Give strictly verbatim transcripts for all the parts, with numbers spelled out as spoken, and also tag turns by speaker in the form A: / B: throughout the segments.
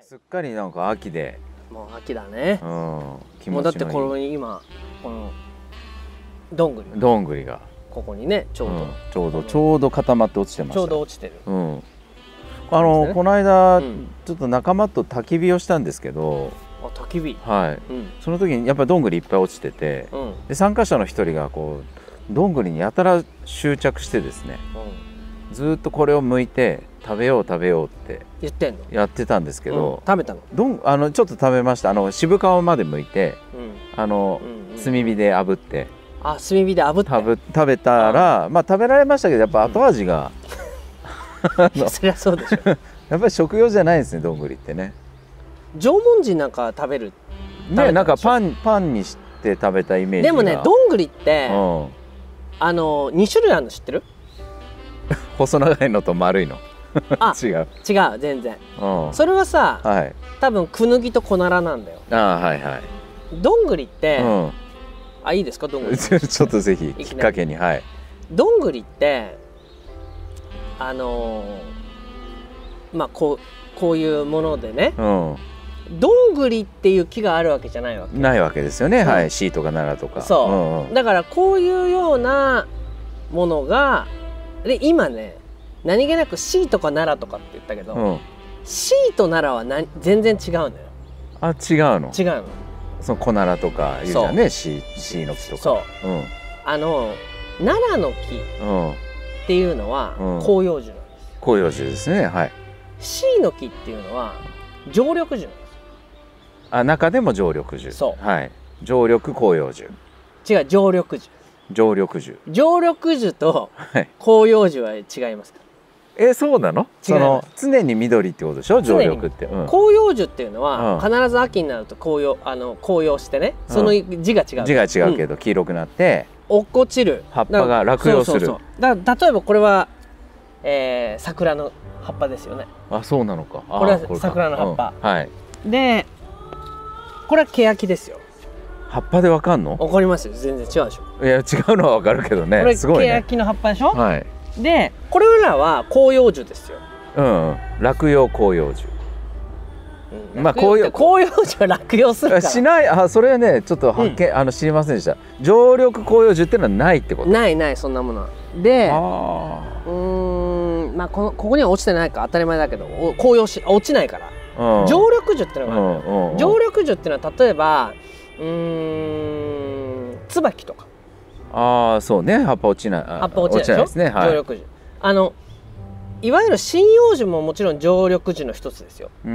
A: すっかりなんか秋で、
B: もう秋だね。
A: うん、気
B: もうだって
A: 持ちのいい。
B: これ今このどんぐり
A: どんぐりが
B: ここにねちょうど、
A: うん、ちょうどちょうど固まって落ちてました。
B: ちょうど落ちてる。
A: うん、あの、
B: ね、
A: この間、
B: うん、
A: ちょっと仲間と焚き火をしたんですけど、
B: あ、焚き火、
A: はい、うん、その時にやっぱりどんぐりいっぱい落ちてて、うん、で参加者の一人がこうどんぐりにやたら執着してですね、うん、ずっとこれを剥いて食べよう食べようって
B: 言ってんの
A: やってたんですけど、
B: うん、食べたの？
A: どんあのちょっと食べました。あの渋皮まで剥いて、うん、あの、うんうん、炭火で炙って、
B: あ、炭火で炙って
A: 食べ、食べたら、まあ食べられましたけどやっぱ後味が、
B: うん、そりゃそうでしょやっ
A: ぱり食用じゃないですね、どんぐりってね。
B: 縄文人なんか食べる
A: ね、なんかパンパンにして食べたイメージが。
B: でもね、どんぐりって、うん、あのに種類あるの知ってる？
A: 細長いのと丸いの。
B: あ、
A: 違う
B: 違う、全然、うん、それはさ、はい、多分クヌギとコナラなんだよ。
A: あ、はいはい。
B: どんぐりって、うん、あ、いいですか、どんぐり
A: ちょっとぜひきっかけに。はい。
B: どんぐりってあのー、まあこうこういうものでね、うん、どんぐりっていう木があるわけじゃないわけ
A: ないわけですよね、うん、はい、シーとかナラとか。
B: そう、うんうん、だからこういうようなものがで今ね、何気なくシーとかナラとかって言ったけど、うん、シーとナラはな全然違うのよ。
A: あ、違うの？違
B: うの。
A: そのコナラとかいうじゃんね、シー、シーの木とか。
B: そう、うん、あのナラの木っていうのは広葉樹なんです。
A: 広葉樹ですね、はい。
B: シーの木っていうのは常緑樹なんです。
A: あ、中でも常緑樹。
B: そう、
A: はい。常緑広葉樹。
B: 違う、常緑樹。
A: 常緑樹。
B: 常緑樹と広葉樹は違いますか？
A: え、そうなの？その常に緑ってことでしょ、常緑って。うん、
B: 広葉樹っていうのは、うん、必ず秋になると紅葉、あの紅葉してね、その字が違う、うん、
A: 字が違うけど黄色くなって、
B: 落っこちる
A: 葉っぱが落葉する。
B: そうそうそう。だから例えばこれは、えー、桜の葉っぱですよね。
A: あ、そうなのか。
B: これは桜の葉っぱ、
A: うん、はい。
B: でこれはケヤキですよ。
A: 葉っぱでわかんの？
B: わかりますよ。全然違うでしょ。
A: いや、違うのはわかるけどね。
B: これ
A: すごいね。
B: ケヤキの葉っぱでしょ。
A: はい。
B: でこれらは広葉樹ですよ。
A: うん、うん、落葉広葉樹。
B: うん、まあ広葉広葉樹は落葉するから
A: しない。あ、それはねちょっと発見、うん、あの知りませんでした。常緑広葉樹っていうのはないってこと？
B: ないない、そんなものは。で、あうーん、まあこのここには落ちてないか当たり前だけど、紅葉し落ちないから。うん、常緑樹っていうのがあるんだよ。うんうん、常緑樹っていうのは例えばうーん椿とか。
A: ああ、そうね、葉っぱ落ちない。
B: 葉っぱ落ちないでしょ。
A: ですね、はい、
B: 常緑樹。あのいわゆる針葉樹ももちろん常緑樹の一つですよ。うん、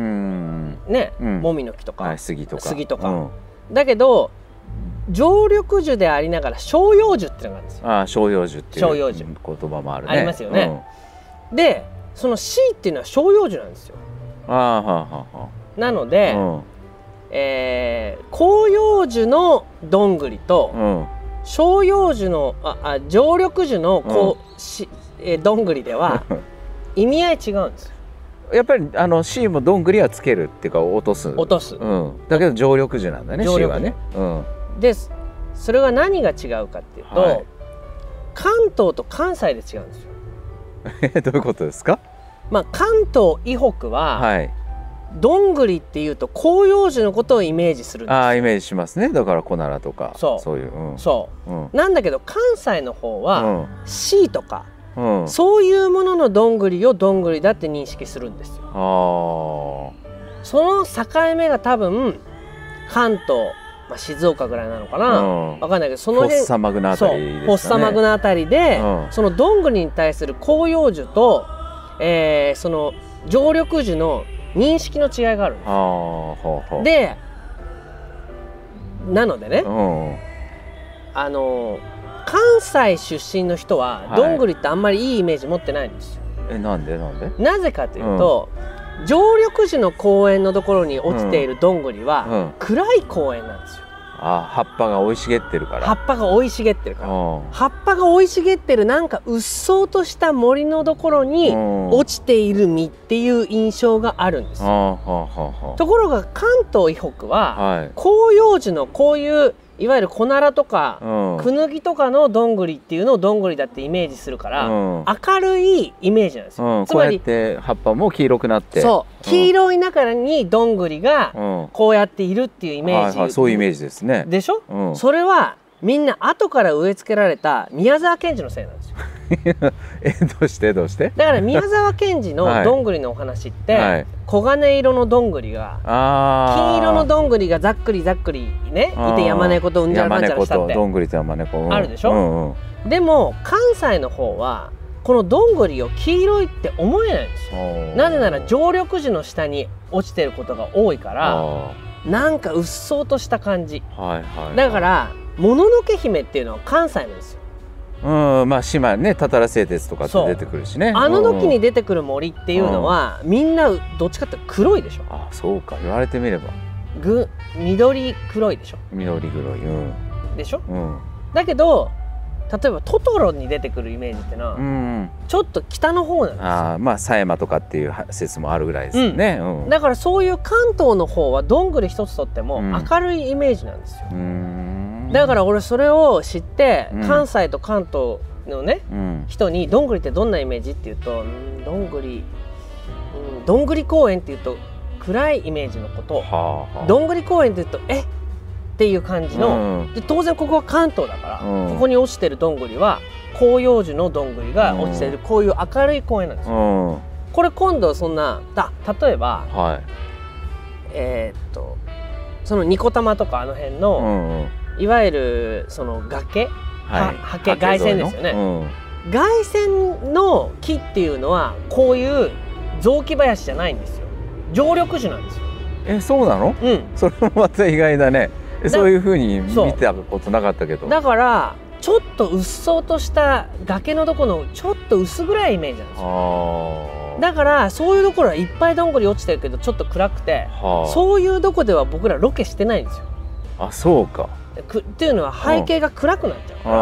B: ね、うん、もみの木とか、はい、
A: 杉とか
B: 杉とか、うん、だけど常緑樹でありながら照葉樹っていうのがあるんですよ。
A: ああ、照葉樹っていう言葉もあるね。
B: ありますよね。うん、でその シー っていうのは照葉樹なんですよ。
A: ああ、はあはあ。
B: なので、うん、えー、広葉樹のどんぐりと、うん、照葉樹のああ常緑樹のこう、うん、しえー、どんぐりでは意味合い違うんですよ。
A: やっぱりあの シー もどんぐりはつけるっていうか落とす。
B: 落とす。
A: うん、だけど常緑樹なんだね。シー はね。うん、
B: でそれは何が違うかっていうと、はい、関東と関西で違うんですよ。
A: え、どういうことですか？
B: まあ、関東以北は、はい、どんぐりっていうと広葉樹のことをイメージするんですよ。
A: ああ、イメージしますね。だからコナラとか
B: そう
A: そういう、うん、
B: そう、うん、なんだけど関西の方は、うん、シー とか、うん、そういうもののどんぐりをどんぐりだって認識するんですよ。あ、その境目が多分関東、まあ、静岡ぐらいなのかな、うん、分かんないけど、その辺
A: フォッサマグナあたりですかね。
B: フォッサマグナあたりで、うん、そのどんぐりに対する広葉樹と、えー、その常緑樹の認識の違いがあるんです。あ、ほうほう。でなのでね、うん、あの関西出身の人は、はい、どんぐりってあんまりいいイメージ持ってないんですよ。
A: え、なんでなんで？
B: なぜかというと、うん、常緑樹の公園のところに落ちているどんぐりは、うんうん、暗い公園なんですよ。
A: あ、葉っぱが生い茂ってるから。
B: 葉っぱが生い茂ってるから。葉っぱが生い茂ってるなんかうっそうとした森のところに落ちている実っていう印象があるんですよ。ところが関東以北は、はい、広葉樹のこういういわゆるコナラとか、うん、クヌギとかのどんぐりっていうのをどんぐりだってイメージするから、うん、明るいイメージなんですよ、
A: うん、つまりこうやって葉っぱも黄色くなって、
B: そう黄色い中にどんぐりがこうやっているっていうイメージ、
A: はいはい、そういうイメージですね。
B: でしょ、うん、それはみんな後から植え付けられた宮沢賢治のせいなんですよ
A: えどうしてどうして
B: だから宮沢賢治のどんぐりのお話って、はい、黄金色のどんぐりが金色のどんぐりがざっくりざっくりねいて山猫とうんじゃらかんじゃらしたって
A: どんぐりと山猫、うん、
B: あるでしょ、うんうん、でも関西の方はこのどんぐりを黄色いって思えないんですよ。なぜなら常緑樹の下に落ちてることが多いからなんかうっそうとした感じ、はいはいはい、だからもののけ姫っていうのは関西なんですよ。
A: うん、まあ島ねたたら製鉄とかって出てくるしね。
B: あの時に出てくる森っていうのは、うん、みんなどっちかって黒いでしょ。
A: あ、そうか、言われてみれば
B: ぐ緑黒いでしょ。
A: 緑黒い、うん、
B: でしょ、うん、だけど例えばトトロに出てくるイメージってのは、うん、ちょっと北の方なんですよ。
A: あ、まあ狭山とかっていう説もあるぐらいですよね、うん
B: うん、だからそういう関東の方はどんぐり一つとっても明るいイメージなんですよ、うん、だから俺それを知って、うん、関西と関東のね、うん、人にどんぐりってどんなイメージっていうと、うん、どんぐり、うん、どんぐり公園っていうと暗いイメージのこと、はあはあ、どんぐり公園っていうとえっていう感じの、うん、で当然ここは関東だから、うん、ここに落ちてるどんぐりは広葉樹のどんぐりが落ちてる、うん、こういう明るい公園なんですよ、うん、これ今度そんなだ例えば、はい、えー、っとそのニコタマとかあの辺の、うんうん、いわゆるその崖、はい、はけ凱旋ですよね、うん、凱旋の木っていうのはこういう雑木林じゃないんですよ。常緑樹なんですよ。
A: え、そうなの？うん、それもまた意外だね。そういう風に見たことなかったけど。だから
B: ちょっとうっそうとした崖のところのちょっと薄暗いイメージなんですよ。だからそういうところはいっぱいどんぐり落ちてるけどちょっと暗くて、はあ、そういうとこでは僕らロケしてないんですよ。
A: あ、そうか。
B: くっていうのは背景が暗くなっちゃうから、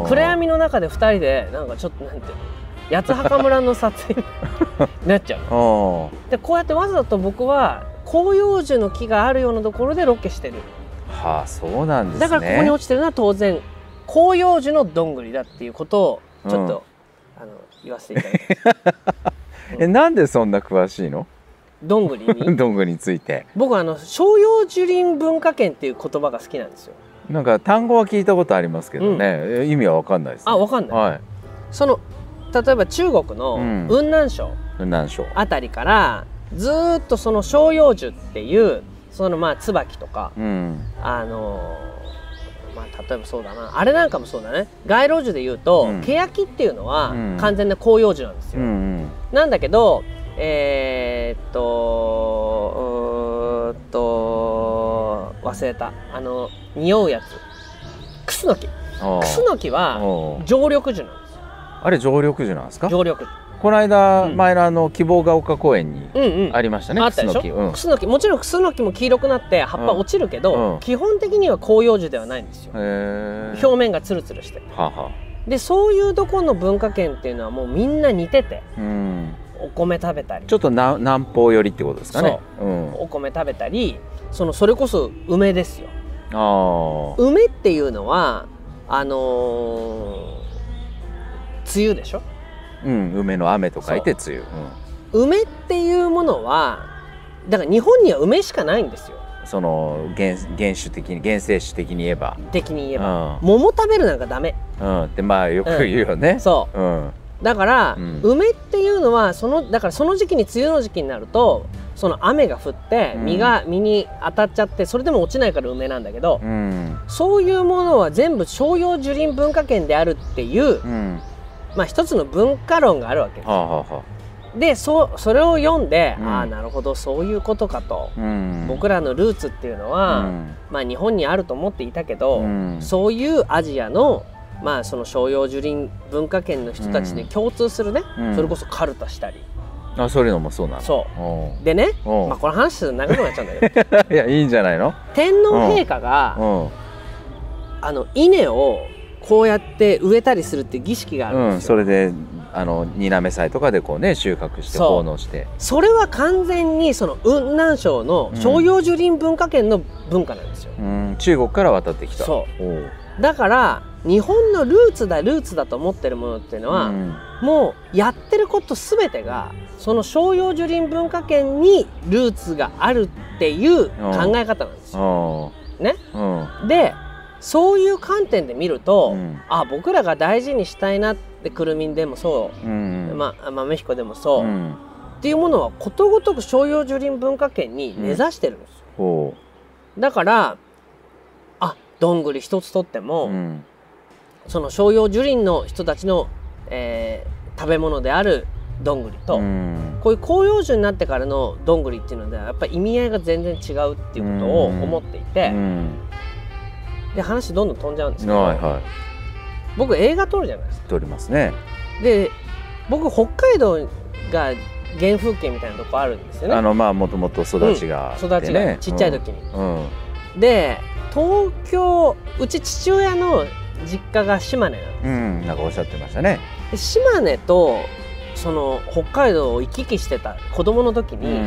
B: 暗闇の中でふたりでなんかちょっとなんていうの八幡墓村の撮影になっちゃうでこうやってわざと僕は広葉樹の木があるようなところでロケしてる。
A: はあ、そうなんですね。
B: だからここに落ちてるのは当然広葉樹のどんぐりだっていうことをちょっと、うん、あの言わせていただきます、
A: うん、え、なんでそんな詳しいの？
B: どんぐりに
A: どんぐりについて。
B: 僕はあの照葉樹林文化圏っていう言葉が好きなんですよ。
A: なんか単語は聞いたことありますけどね、うん、意味は分かんないです、ね、
B: あ、分かんない、はい、その例えば中国の雲南省あたりからずっとその照葉樹っていうそのまあ椿とか、うん、あのまあ例えばそうだな、あれなんかもそうだね、街路樹でいうと、うん、ケヤキっていうのは完全な広葉樹なんですよ、うんうん、なんだけどえー、っとうーっと忘れた、あの匂うやつ、クスノキ。クスノキは常緑樹なんですよ。
A: あれ常緑樹なんですか？
B: 常緑樹。
A: この間、うん、前のあの希望が丘公園にありましたね、
B: うんうん、あったでしょ。クスノキ、もちろんクスノキも黄色くなって葉っぱ落ちるけど、うんうん、基本的には広葉樹ではないんですよ。表面がツルツルしてはは。でそういうところの文化圏っていうのはもうみんな似てて、うん、お米食べたり、
A: ちょっとな南方寄りってことですかね。
B: そう、うん、お米食べたり、そのそれこそ梅ですよ。あ、梅っていうのはあのー、梅雨でしょ。
A: うん、梅の雨と書いて梅雨、
B: うん、梅っていうものはだから日本には梅しかないんですよ。
A: その 原, 原種的に原生種的に言えば
B: 的に言えば、うん、桃食べるなんかダメ、
A: うん、ってまあよく言うよね、うん、
B: そう、うん、だから、うん、梅っていうのはそのだからその時期に梅雨の時期になるとその雨が降って実が実に当たっちゃってそれでも落ちないから梅なんだけど、うん、そういうものは全部照葉樹林文化圏であるっていう、うん、まあ一つの文化論があるわけです。はあはあ、で そ, それを読んで、うん、ああなるほどそういうことかと、うん、僕らのルーツっていうのは、うん、まあ日本にあると思っていたけど、うん、そういうアジアのまあその照葉樹林文化圏の人たちに共通するね、うん、それこそカルタしたり。
A: あ、そういうのもそうなの。
B: そうでね、まあこの話すると長くなっちゃうんだけど
A: いや、いいんじゃないの。
B: 天皇陛下があの稲をこうやって植えたりするって儀式があるんですよ、
A: うん、それであの新滑祭とかでこうね収穫して奉納して、
B: それは完全にその雲南省の照葉樹林文化圏の文化なんですよ、
A: うん、中国から渡ってきた。
B: そうだから日本のルーツだルーツだと思ってるものっていうのは、うん、もうやってること全てがその照葉樹林文化圏にルーツがあるっていう考え方なんですよ。ね、うん、でそういう観点で見ると、うん、あ僕らが大事にしたいなってくるみんでもそう、うんまあ、豆彦でもそう、うん、っていうものはことごとく照葉樹林文化圏に根ざしてるんですよ、うん、だからあどんぐり一つとっても、うん、その照葉樹林の人たちの、えー、食べ物であるどんぐりと、うん、こういう広葉樹になってからのどんぐりっていうのではやっぱり意味合いが全然違うっていうことを思っていて、うん、で話どんどん飛んじゃうんですけど、はいはい、僕映画撮るじゃないですか。
A: 撮りますね。で
B: 僕北海道が原風景みたいなとこあるんですよね。
A: あのまあもともと育ちがあってね、
B: うん、育ちがちっちゃい時に、うんうん、で東京うち父親の実家が島根なんです、うん、
A: なんかおっしゃってましたね。
B: で島根とその北海道を行き来してた子供の時に、うん、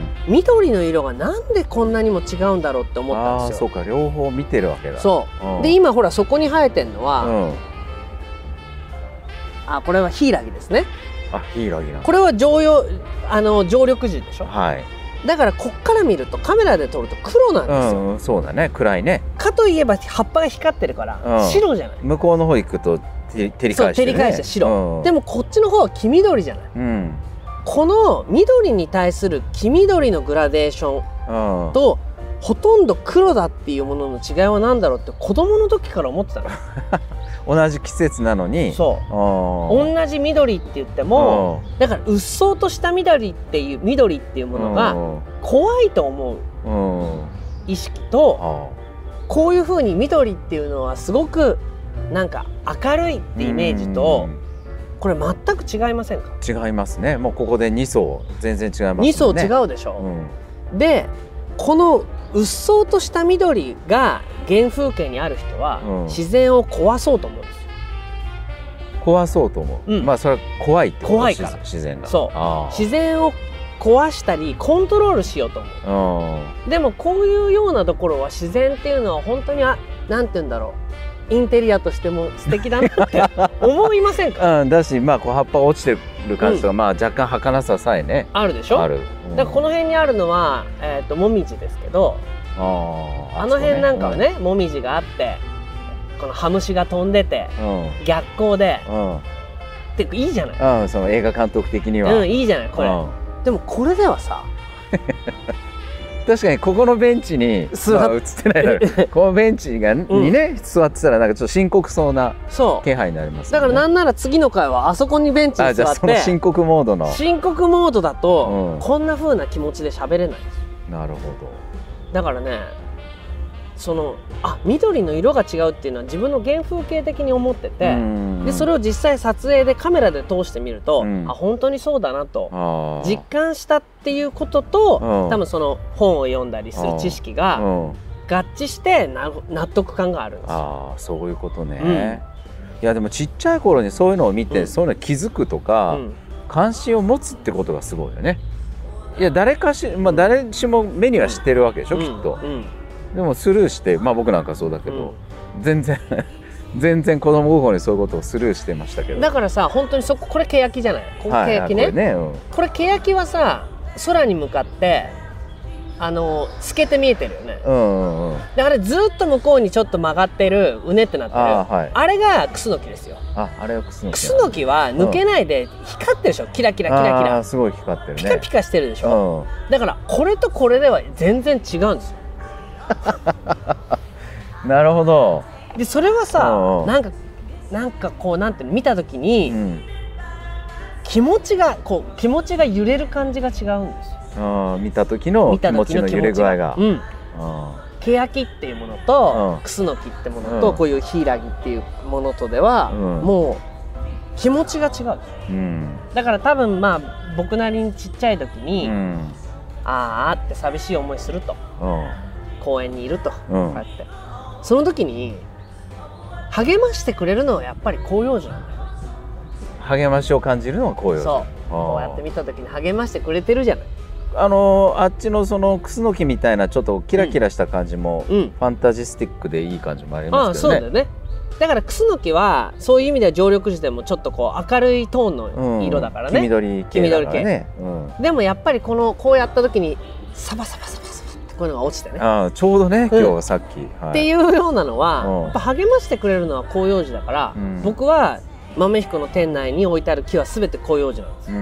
B: 緑の色がなんでこんなにも違うんだろうって思ったんですよ。
A: あ、そうか、両方見てるわけだ。
B: そう、うん、で今ほらそこに生えてるのは、うん、あこれはヒイラギですね。
A: あ、ヒイラギな。
B: これは常用あの常緑樹でしょ。
A: はい。
B: だからこっから見るとカメラで撮ると黒なんですよ、
A: うん、そうだね、暗いね。
B: かといえば葉っぱが光ってるから、うん、白じゃない。
A: 向こうの方行くと照り返して、ね、
B: 照り返して白、うん、でもこっちの方は黄緑じゃない、うん、この緑に対する黄緑のグラデーションと、うん、ほとんど黒だっていうものの違いは何だろうって子供の時から思ってたの
A: 同じ季節なのに
B: そう同じ緑って言ってもだからうっそうとした緑っていう緑っていうものが怖いと思う意識とこういうふうに緑っていうのはすごくなんか明るいってイメージとこれ全く違いませんか？
A: 違いますね。もうここでに層全然違いますもんね。
B: に層違うでしょ、うん、でこのうっそうとした緑が原風景にある人は、うん、自然を壊そうと思うんですよ。
A: 壊そうと思う、うん、まあそれは怖いってこと。
B: 怖いから
A: 自然が。
B: そう自然を壊したりコントロールしようと思う。でもこういうようなところは自然っていうのは本当にあなんて言うんだろうインテリアとしても素敵だなって思いませんか？
A: うん、だし、まあ、こう葉っぱが落ちてる感じとか、うん、まあ若干儚ささえね
B: あるでしょ。
A: ある、
B: うん、だからこの辺にあるのは、えー、ともみじですけど、あ, あの辺なんかはね、うん、もみじがあってこのハムシが飛んでて、うん、逆光で、うん、っていいじゃない、
A: うん、その映画監督的には、
B: うん、いいじゃないこれ、うん、でもこれではさ
A: 確かにここのベンチに座っ、まあ、映ってないだろこのベンチがにね、うん、座ってたらなんかちょっと深刻そうな気配になります、ね、
B: だからなんなら次の回はあそこにベンチに座って、あ、じゃあ
A: その深刻モードの
B: 深刻モードだと、うん、こんな風な気持ちで喋れないです。
A: なるほど。
B: だからねそのあ緑の色が違うっていうのは自分の原風景的に思ってて、でそれを実際撮影でカメラで通してみると、うん、あ本当にそうだなと実感したっていうことと、うん、多分その本を読んだりする知識が合致してな納得感があるんですよ。
A: あそういうことね、うん、いやでもちっちゃい頃にそういうのを見て、うん、そういうの気づくとか、うん、関心を持つってことがすごいよね。いや誰かし、まあ、誰しも目には知ってるわけでしょ、うん、きっと、うん、でもスルーして、まあ僕なんかそうだけど、うん、全然全然子供心にそういうことをスルーしてましたけど。だからさ本当にそここれケヤキじゃない、これケヤキね、はいはい、これね、うん、これケヤキはさ空に向かってあの透けて見えてるよね、うんうんうん、であれずっと向こうにちょっと曲がってるうねってなってる あ,、はい、あれがクスノキですよ。ああれはクスノキ。クスノキは抜けないで光ってるでしょ、うん、キラキラキラキラ。あすごい光ってるね。ピカピカしてるでしょ、うん、だからこれとこれでは全然違うんですよなるほど。
B: でそれはさ、うんうん、なんかなんかこうなんていうの見た時に、うん、気持ちがこう気持ちが揺れる感じが違うんですよ。
A: あ見た時の気持ちの揺れ具合が。うん、
B: ケヤキっていうものと、うん、クスノキってものと、うん、こういうヒイラギっていうものとでは、うん、もう気持ちが違う、うん、だから多分まあ僕なりにちっちゃい時に、うん、あーって寂しい思いすると、うん、公園にいると、うん、こうやってその時に励ましてくれるのはやっぱり広葉樹なんだよ。
A: 励ましを感じるのが紅葉。
B: そうこうやって見た時に励ましてくれてるじゃない。
A: あのあっちのそのクスノキみたいなちょっとキラキラした感じも、うん、ファンタジスティックでいい感じもありますけどね。ああ、そうだよね。
B: だからクスノキはそういう意味では常緑樹でもちょっとこう明るいトーンの色だからね、
A: うん、黄緑系だからね、
B: うん、でもやっぱりこのこうやった時にサバサバサバサバってこういうのが落ちてね、
A: あちょうどね今日、うん、さっき、
B: はい、っていうようなのは、うん、やっぱ励ましてくれるのは広葉樹だから、うん、僕は豆彦の店内に置いてある木は全て広葉樹なんですよ、うん、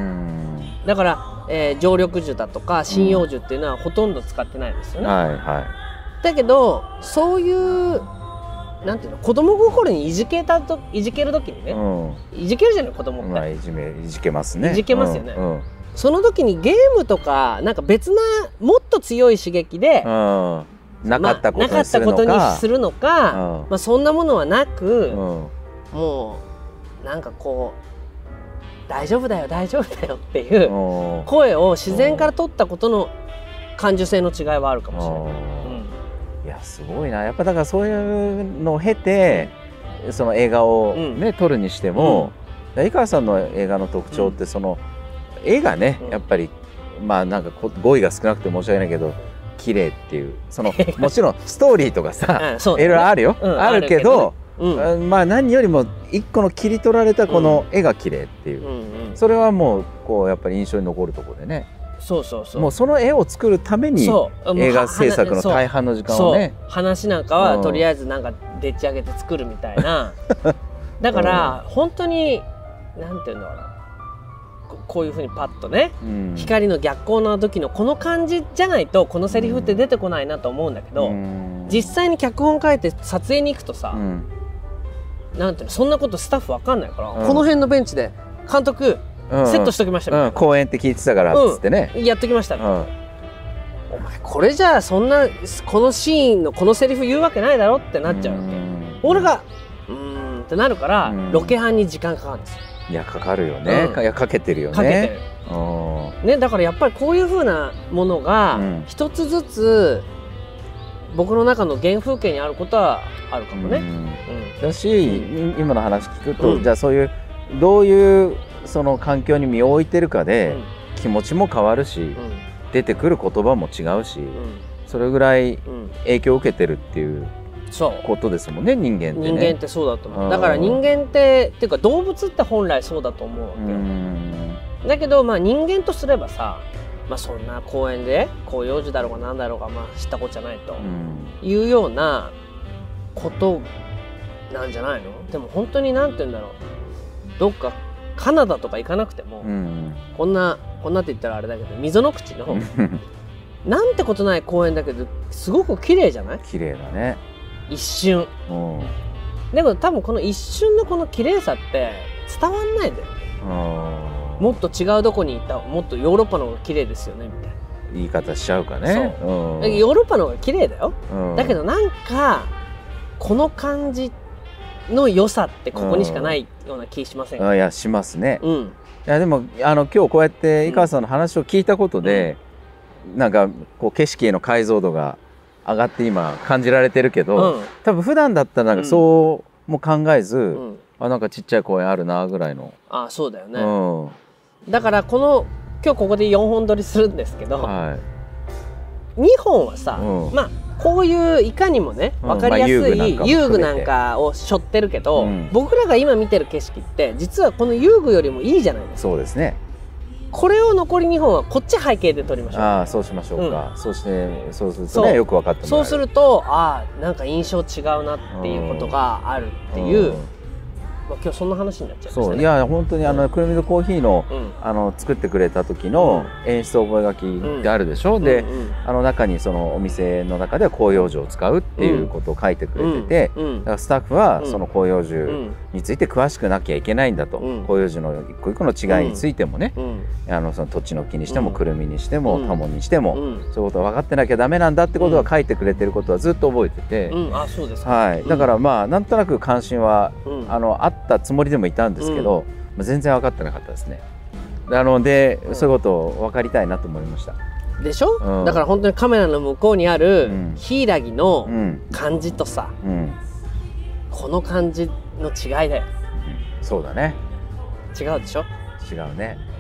B: だから、えー、常緑樹だとか針葉樹っていうのはほとんど使ってないですよね、うんはいはい、だけどそういうなんていうの子供心にいじけたといじける時にね、うん、いじけるじゃない子供って、まあ、
A: いじめいじけますね
B: いじけますよね、うんうん、その時にゲームとかなんか別なもっと強い刺激で、うん、
A: なかったことにするのか、
B: まあ、なかったことにするのか、うんまあ、そんなものはなく、うん、もうなんかこう大丈夫だよ大丈夫だよっていう声を自然から取ったことの感受性の違いはあるかもしれない。
A: いやすごいなやっぱだからそういうのを経てその映画をね、うん、撮るにしても、うん、井川さんの映画の特徴ってその、うん、絵がねやっぱりまあなんか語彙が少なくて申し訳ないけど綺麗っていうそのもちろんストーリーとかさ、うんそうだね、いろいろあるよ、うん、あるけど、うん、まあ何よりも一個の切り取られたこの絵が綺麗っていう、うんうん、それはもうこうやっぱり印象に残るところでね。
B: そうそうそう
A: もうその絵を作るために映画制作の大半の時間をね
B: 話なんかはとりあえずなんかでっち上げて作るみたいなだから本当になんていうんだろうなこういうふうにパッとね、うん、光の逆光の時のこの感じじゃないとこのセリフって出てこないなと思うんだけど、うん、実際に脚本書いて撮影に行くとさ、うん、なんていうのそんなことスタッフ分かんないから、うん、この辺のベンチで監督セットしときましたみたいな、うん、
A: 公演って聞いてたからっつってね、
B: うん、やっときました、うん、お前これじゃあそんなこのシーンのこのセリフ言うわけないだろってなっちゃうわけ。俺がうーんってなるからロケ班に時間かかるんですよ。
A: いやかかるよね、うん、いやかけてるよね。
B: かけてるね。だからやっぱりこういう風なものが一つずつ僕の中の原風景にあることはあるかもね、うんうん、
A: だし、うん、今の話聞くと、うん、じゃあそういうどういうその環境に身を置いてるかで気持ちも変わるし、うん、出てくる言葉も違うし、うん、それぐらい影響を受けてるっていうことですもんね、人間ってね。
B: 人間ってそうだと思う。だから人間ってっていうか動物って本来そうだと思うわけよ。うんだけどまあ人間とすればさ、まあ、そんな公園で広葉樹だろうが何だろうがまあ知ったことじゃないというようなことなんじゃないの。でも本当になんて言うんだろう、どっかカナダとか行かなくても、うん、こんなこんなって言ったらあれだけど溝の口のなんてことない公園だけどすごく綺麗じゃない？
A: 綺麗だね。
B: 一瞬。でも多分この一瞬のこの綺麗さって伝わんないんだよね。もっと違うどこに行ったもっとヨーロッパの方が綺麗ですよねみたいな
A: 言い方しちゃうかね。
B: そう、うん、ヨーロッパの方が綺麗だよ、うん、だけどなんかこの感じの良さってここにしかないような気しませんか？
A: うん、いやしますね、うん、いやでもあの今日こうやって井川さんの話を聞いたことで、うん、なんかこう景色への解像度が上がって今感じられてるけど、うん、多分普段だったらなんかそうも考えず、うん、あなんかちっちゃい公園あるなぐらいの。
B: あそうだよね、うん、だからこの今日ここでよんほん撮りするんですけど、はい、にほんはさ、うん、まあこういういかにもね分かりやすい遊具なんかを背負ってるけど、うん、僕らが今見てる景色って実はこの遊具よりもいいじゃないですか。
A: そうですね。
B: これを残りにほんはこっち背景で撮りましょう。
A: ああそうしましょうか、うん、そうしてそうするとねよく分かってもらえる。
B: そうするとああなんか印象違うなっていうことがあるっていう、うんまあ、今日そんな話になっちゃいましたね。そういや
A: 本当にあのくるみのコーヒーの、うん、あの作ってくれた時の演出覚書ってあるでしょ、うん、で、うんうん、あの中にそのお店の中では広葉樹を使うっていうことを書いてくれてて、うんうん、だからスタッフはその広葉樹について詳しくなきゃいけないんだと、うん、広葉樹の一個一個の違いについてもね、うん、あのその土地の木にしてもくるみにしてもタモにしても、うん、そういうこと分かってなきゃダメなんだってことは書いてくれてることはずっと覚えてて、うん、あそうですか、はい、だからまあなんとなく関心は、うん、あのあったつもりでもいたんですけど、うんまあ、全然分かってなかったですね。なので、うん、そういうことを分かりたいなと思いました。
B: でしょ、うん、だから本当にカメラの向こうにある柊の感じとさ、うん、この感じの違いだよ、
A: うん、そうだね。
B: 違うでしょ。
A: 違うね。